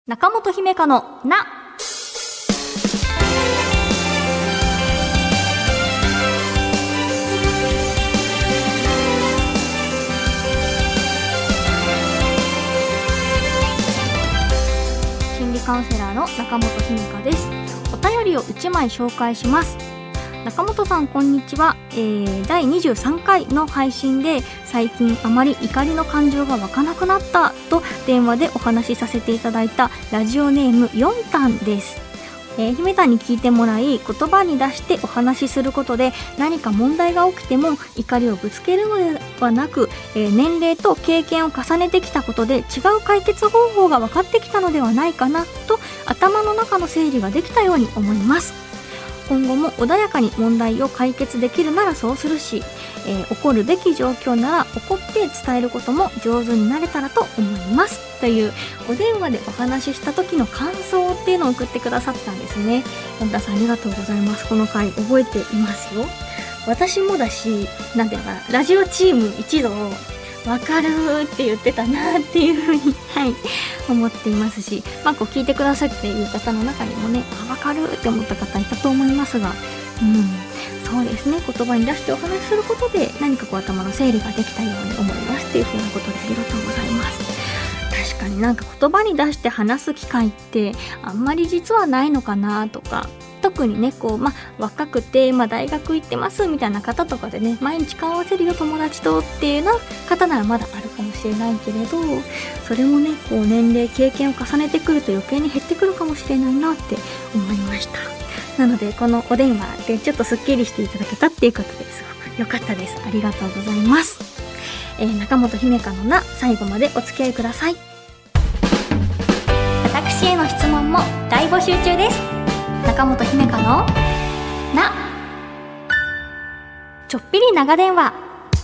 中本姫香のな。心理カウンセラーの中本姫香です。お便りを1枚紹介します。中本さん、こんにちは。第23回の配信で最近あまり怒りの感情が湧かなくなったと電話でお話しさせていただいたラジオネームヨンタンです。姫たんに聞いてもらい、言葉に出してお話しすることで何か問題が起きても怒りをぶつけるのではなく、年齢と経験を重ねてきたことで違う解決方法が分かってきたのではないかなと頭の中の整理ができたように思います。今後も穏やかに問題を解決できるならそうするし、起こるべき状況なら起こって伝えることも上手になれたらと思いますというお電話でお話しした時の感想っていうのを送ってくださったんですね。本田さん、ありがとうございます。この回覚えていますよ。私もだし、なんていうのかな、ラジオチーム一同わかるって言ってたなっていうふうに、思っていますし、こう聞いてくださっている方の中にもね、わかるって思った方いたと思いますが、そうですね、言葉に出してお話しすることで何かこう頭の整理ができたように思いますっていうふうなことでありがとうございます。確かに言葉に出して話す機会ってあんまり実はないのかなとか、特にね若くて大学行ってますみたいな方とかでね、毎日顔合わせるよ友達とっていう方ならまだあるかもしれないけれど、それもね年齢経験を重ねてくると余計に減ってくるかもしれないなって思いました。なのでこのお電話でちょっとスッキリしていただけたっていうことですごく良かったです。ありがとうございます。中本姫香のな、最後までお付き合いください。私への質問も大募集中です。中本姫香のな。ちょっぴり長電話。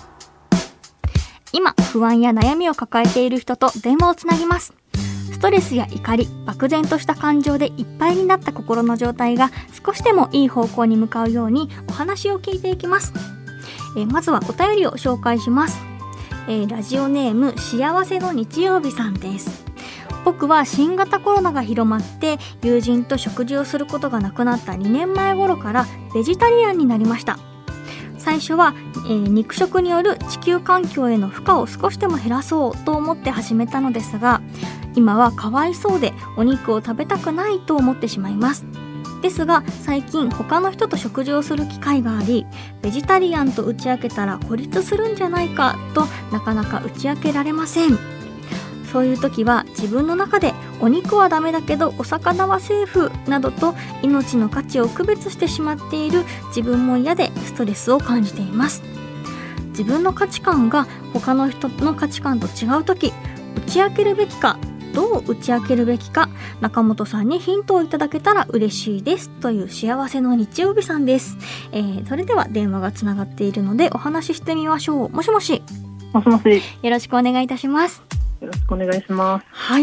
今不安や悩みを抱えている人と電話をつなぎます。ストレスや怒り、漠然とした感情でいっぱいになった心の状態が少しでもいい方向に向かうようにお話を聞いていきます。まずはお便りを紹介します。ラジオネーム幸せの日曜日さんです。僕は新型コロナが広まって友人と食事をすることがなくなった2年前頃からベジタリアンになりました。最初は、肉食による地球環境への負荷を少しでも減らそうと思って始めたのですが、今はかわいそうでお肉を食べたくないと思ってしまいます。ですが最近他の人と食事をする機会があり、ベジタリアンと打ち明けたら孤立するんじゃないかとなかなか打ち明けられません。そういう時は自分の中でお肉はダメだけどお魚はセーフなどと命の価値を区別してしまっている自分も嫌でストレスを感じています。自分の価値観が他の人の価値観と違う時、打ち明けるべきか、どう打ち明けるべきか、中本さんにヒントをいただけたら嬉しいですという幸せの日曜日さんです。それでは電話がつながっているのでお話ししてみましょう。もしもし。 もしもし。 よろしくお願いいたします。 よろしくお願いします。 はい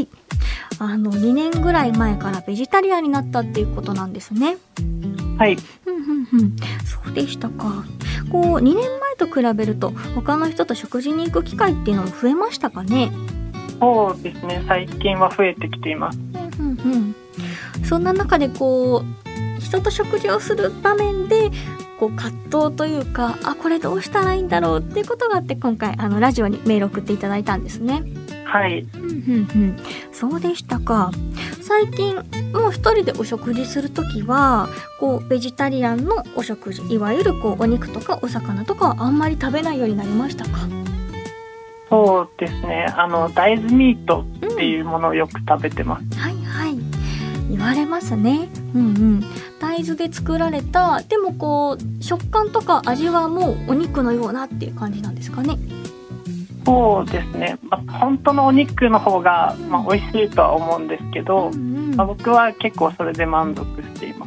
。2年ぐらい前からベジタリアンになったっていうことなんですね。 はい。 そうでしたか。2年前と比べると他の人と食事に行く機会っていうのも増えましたかね。 そうですね。最近は増えてきています。 そんな中で人と食事をする場面で葛藤というか、これどうしたらいいんだろうっていうことがあって、今回ラジオにメール送っていただいたんですね。 はい。 そうでしたか。最近もう一人でお食事するときはベジタリアンのお食事、いわゆるお肉とかお魚とかはあんまり食べないようになりましたか？ そうですね。大豆ミートっていうものをよく食べてます。 言われますね。大豆で作られた、でも食感とか味はもうお肉のようなっていう感じなんですかね。 そうですね。本当のお肉の方が、美味しいとは思うんですけど、僕は結構それで満足しています。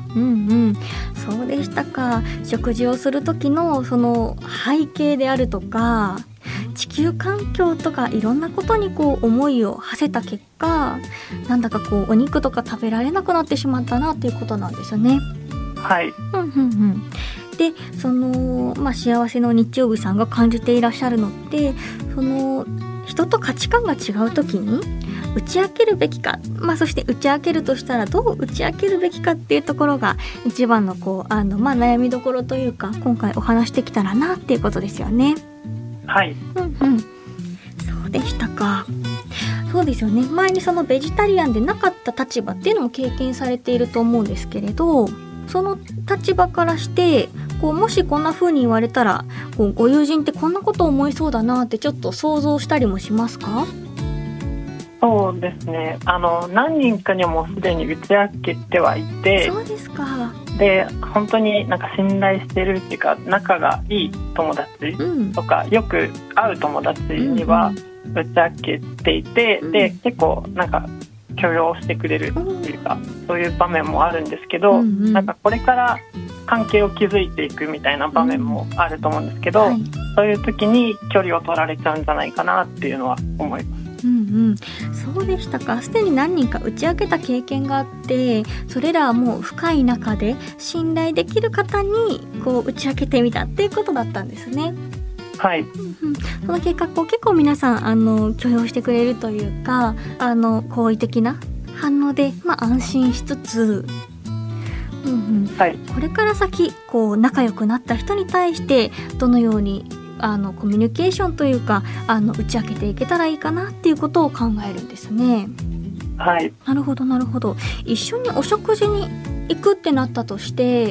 そうでしたか。食事をする時のその背景であるとか地球環境とかいろんなことに思いを馳せた結果、なんだかお肉とか食べられなくなってしまったなっていうことなんですよね。 はい。 で幸せの日曜日さんが感じていらっしゃるのって、人と価値観が違う時に打ち明けるべきか、そして打ち明けるとしたらどう打ち明けるべきかっていうところが一番の悩みどころというか、今回お話してきたらなっていうことですよね。 はい。 そうでしたか。そうですよね。前にそのベジタリアンでなかった立場っていうのも経験されていると思うんですけれど、その立場からしてもしこんな風に言われたらご友人ってこんなこと思いそうだなってちょっと想像したりもしますか？ そうですね、何人かにはもうすでに打ち明けてはいて。 そうですか。 で本当になんか信頼してるっていうか、仲がいい友達とか、よく会う友達には打ち明けていて、で結構なんか許容してくれるっていうか、そういう場面もあるんですけど、なんかこれから関係を築いていくみたいな場面もあると思うんですけど、そういう時に距離を取られちゃうんじゃないかなっていうのは思います。 そうでしたか。すでに何人か打ち明けた経験があって、それらはもう深い中で信頼できる方に打ち明けてみたっていうことだったんですね。 はい。 その結果結構皆さん許容してくれるというか、好意的な反応で、安心しつつ、 はい、 これから先仲良くなった人に対してどのようにコミュニケーションというか打ち明けていけたらいいかなっていうことを考えるんですね。 はい。 なるほどなるほど。一緒にお食事に行くってなったとして、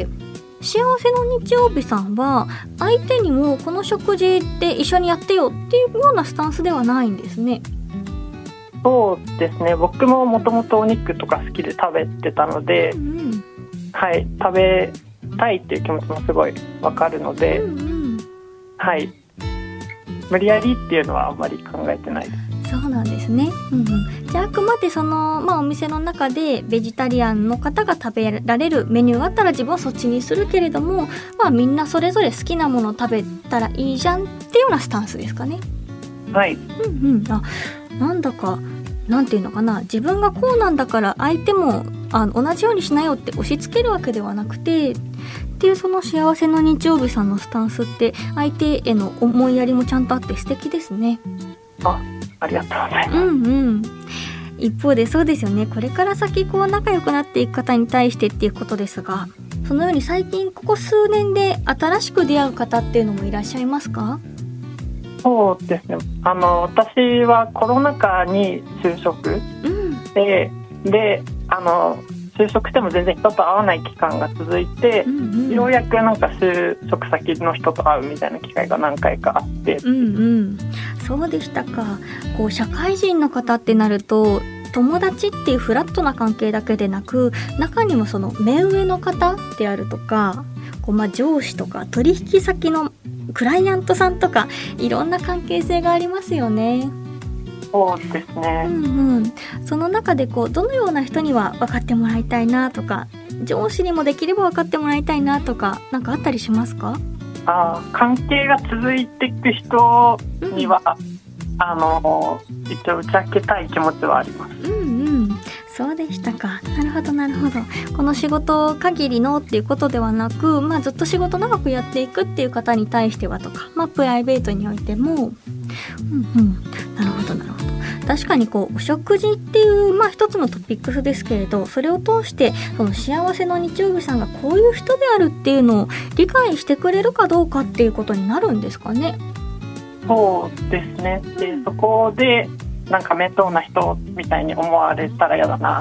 幸せの日曜日さんは相手にもこの食事って一緒にやってよっていうようなスタンスではないんですね。 そうですね、僕ももともとお肉とか好きで食べてたので、はい、食べたいっていう気持ちもすごいわかるので、はい、無理やりっていうのはあんまり考えてないです。 そうなんですね。じゃああくまでお店の中でベジタリアンの方が食べられるメニューがあったら自分はそっちにするけれども、みんなそれぞれ好きなものを食べたらいいじゃんっていうようなスタンスですかね。 はい。 なんだかなんていうのかな、自分がこうなんだから相手も同じようにしなよって押し付けるわけではなくてっていう、その幸せの日曜日さんのスタンスって相手への思いやりもちゃんとあって素敵ですね。 ありがとうございます。 一方でそうですよね、これから先仲良くなっていく方に対してっていうことですが、そのように最近ここ数年で新しく出会う方っていうのもいらっしゃいますか？ そうですね、私はコロナ禍に就職で、就職しても全然人と会わない期間が続いて、ようやくなんか就職先の人と会うみたいな機会が何回かあって、 そうでしたか。社会人の方ってなると友達っていうフラットな関係だけでなく、中にもその目上の方であるとか上司とか取引先のクライアントさんとかいろんな関係性がありますよね。 そうですね。 その中でどのような人には分かってもらいたいなとか、上司にもできれば分かってもらいたいなとか、なんかあったりしますか？ 関係が続いていく人には、一応打ち明けたい気持ちはあります。 そうでしたか。なるほどなるほど。この仕事限りのっていうことではなく、ずっと仕事長くやっていくっていう方に対してはとか、プライベートにおいても、なるほどなるほど。確かにお食事っていう一つのトピックスですけれど、それを通してその幸せの日曜日さんがこういう人であるっていうのを理解してくれるかどうかっていうことになるんですかね。 そうですね。でそこでなんか面倒な人みたいに思われたら嫌だな。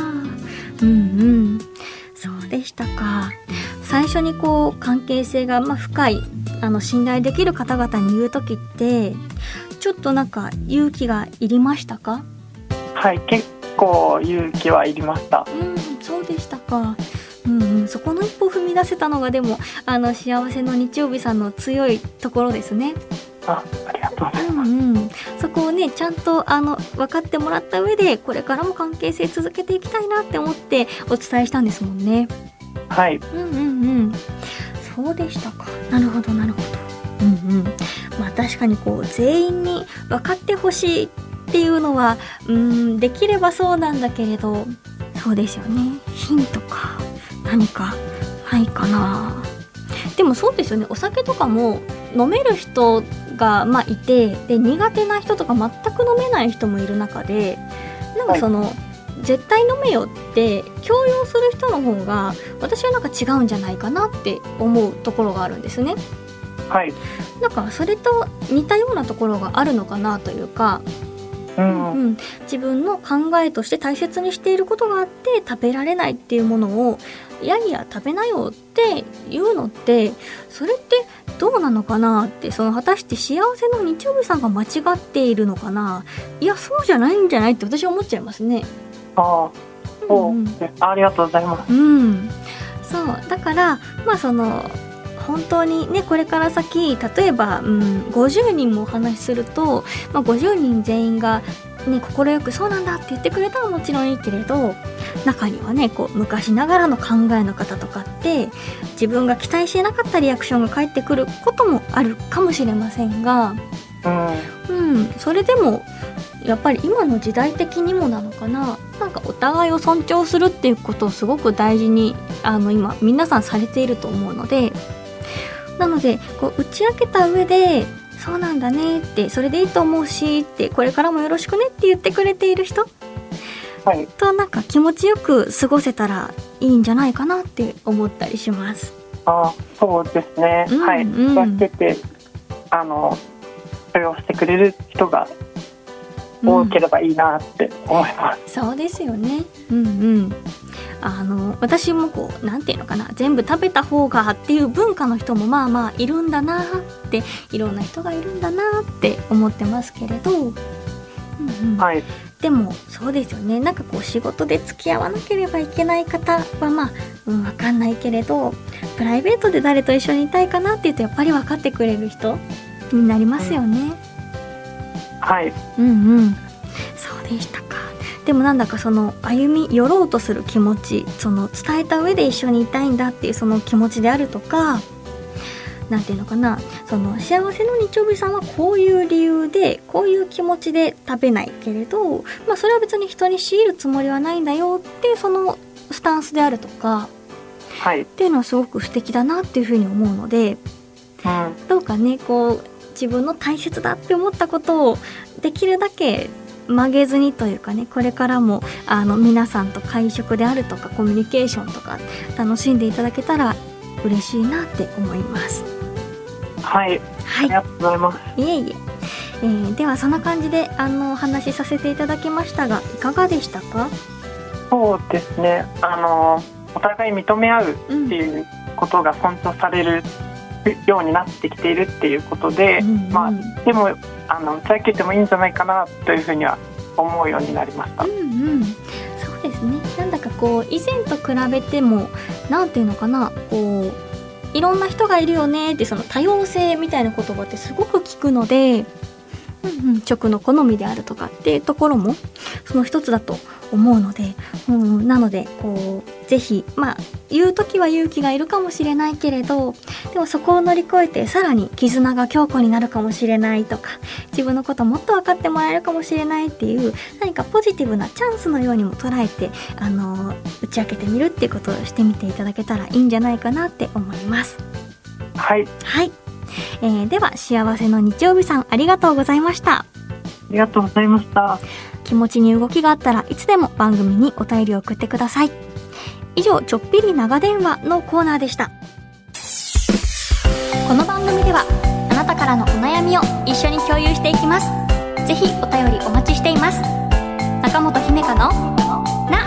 そうでしたか。最初に関係性が深い信頼できる方々に言うときってちょっとなんか勇気がいりましたか？ はい、結構勇気はいりました。 そうでしたか。そこの一歩踏み出せたのがでも幸せの日曜日さんの強いところですね。 ありがとうございます。 そこをねちゃんと分かってもらった上でこれからも関係性続けていきたいなって思ってお伝えしたんですもんね。 はい。 そうでしたか。なるほどなるほど。確かに全員に分かってほしいっていうのはできればそうなんだけれど、そうですよね。ヒントか何かないかな。でもそうですよね。お酒とかも飲める人がいて、で苦手な人とか全く飲めない人もいる中で、 なんかその、絶対飲めよって強要する人の方が私はなんか違うんじゃないかなって思うところがあるんですね。 はい。 なんかそれと似たようなところがあるのかなというか、自分の考えとして大切にしていることがあって食べられないっていうものをいやいや食べなよっていうのって、それってどうなのかなって、その果たして幸せの日曜日さんが間違っているのかな、いやそうじゃないんじゃないって私は思っちゃいますね。 ありがとうございます。 そうだからその本当にね、これから先例えば、50人もお話しすると、50人全員がね快くそうなんだって言ってくれたらもちろんいいけれど、中にはねこう昔ながらの考えの方とかって自分が期待してなかったリアクションが返ってくることもあるかもしれませんが、それでもやっぱり今の時代的にもなのかな、なんかお互いを尊重するっていうことをすごく大事に今皆さんされていると思うので、なのでこう打ち明けた上でそうなんだねって、それでいいと思うしって、これからもよろしくねって言ってくれている人、となんか気持ちよく過ごせたらいいんじゃないかなって思ったりします。 そうですね、分けて許容してくれる人が多ければいいなって思います。 そうですよね。私もこうなんていうのかな、全部食べた方がっていう文化の人もいるんだなって、いろんな人がいるんだなって思ってますけれど、でもそうですよね、なんかこう仕事で付き合わなければいけない方は分かんないけれど、プライベートで誰と一緒にいたいかなっていうとやっぱり分かってくれる人になりますよね。そうでしたか。でもなんだかその歩み寄ろうとする気持ち、その伝えた上で一緒にいたいんだっていうその気持ちであるとか、なんていうのかな、その幸せの日曜日さんはこういう理由でこういう気持ちで食べないけれど、それは別に人に強いるつもりはないんだよっていうそのスタンスであるとか、っていうのはすごく素敵だなっていうふうに思うので、どうかねこう自分の大切だって思ったことをできるだけ曲げずにというかね、これからも皆さんと会食であるとかコミュニケーションとか楽しんでいただけたら嬉しいなって思います。 ありがとうございます。 ではそんな感じでお話しさせていただきましたが、いかがでしたか？ そうですね、お互い認め合うっていうことが尊重されるようになってきているっていうことで、でも打ち明けてもいいんじゃないかなというふうには思うようになりました。 そうですね、なんだかこう以前と比べてもなんていうのかな、こういろんな人がいるよねって、その多様性みたいな言葉ってすごく聞くので、食の好みであるとかっていうところもその一つだと思うので、なのでこうぜひ言う時は勇気がいるかもしれないけれど、でもそこを乗り越えてさらに絆が強固になるかもしれないとか、自分のこともっと分かってもらえるかもしれないっていう何かポジティブなチャンスのようにも捉えて打ち明けてみるっていうことをしてみていただけたらいいんじゃないかなって思います。では幸せの日曜日さん、ありがとうございました。 ありがとうございました。 気持ちに動きがあったらいつでも番組にお便りを送ってください。以上、ちょっぴり長電話のコーナーでした。この番組ではあなたからのお悩みを一緒に共有していきます。ぜひお便りお待ちしています。中本姫香のな、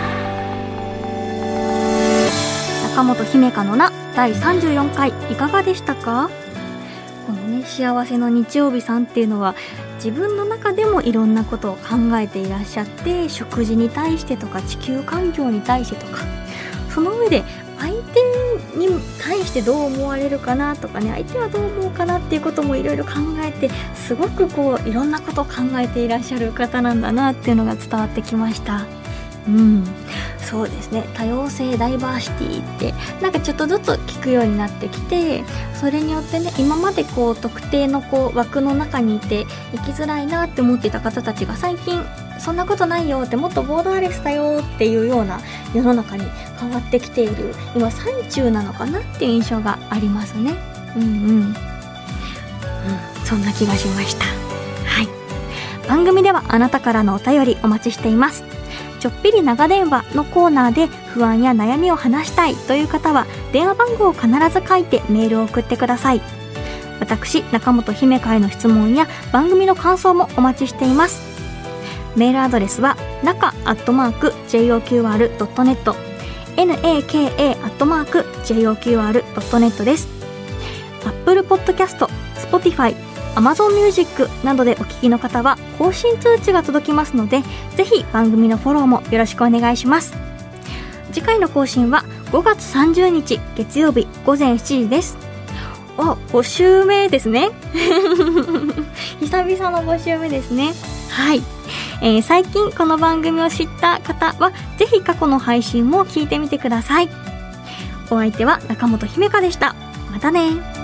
中本姫香のな第34回いかがでしたか？このね、幸せの日曜日さんっていうのは自分の中でもいろんなことを考えていらっしゃって、食事に対してとか地球環境に対してとか、その上で相手に対してどう思われるかなとかね、相手はどう思うかなっていうこともいろいろ考えて、すごくこういろんなことを考えていらっしゃる方なんだなっていうのが伝わってきました。そうですね、多様性ダイバーシティってなんかちょっとずつ聞くようになってきて、それによってね、今までこう特定のこう枠の中にいて生きづらいなって思っていた方たちが最近そんなことないよって、もっとボーダーレスだよっていうような世の中に変わってきている今最中なのかなっていう印象がありますね。そんな気がしました。番組ではあなたからのお便りお待ちしています。 ちょっぴり長電話のコーナーで不安や悩みを話したいという方は電話番号を必ず書いてメールを送ってください。私中本姫香への質問や番組の感想もお待ちしています。メールアドレスはnaka@joqr.net naka@joqr.net です。Apple Podcast、Spotify、Amazon Music などでお聞きの方は更新通知が届きますので、ぜひ番組のフォローもよろしくお願いします。次回の更新は5月30日月曜日午前7時です。5週目ですね久々の5週目ですね。はい、最近この番組を知った方はぜひ過去の配信も聞いてみてください。お相手は中本姫香でした。またね。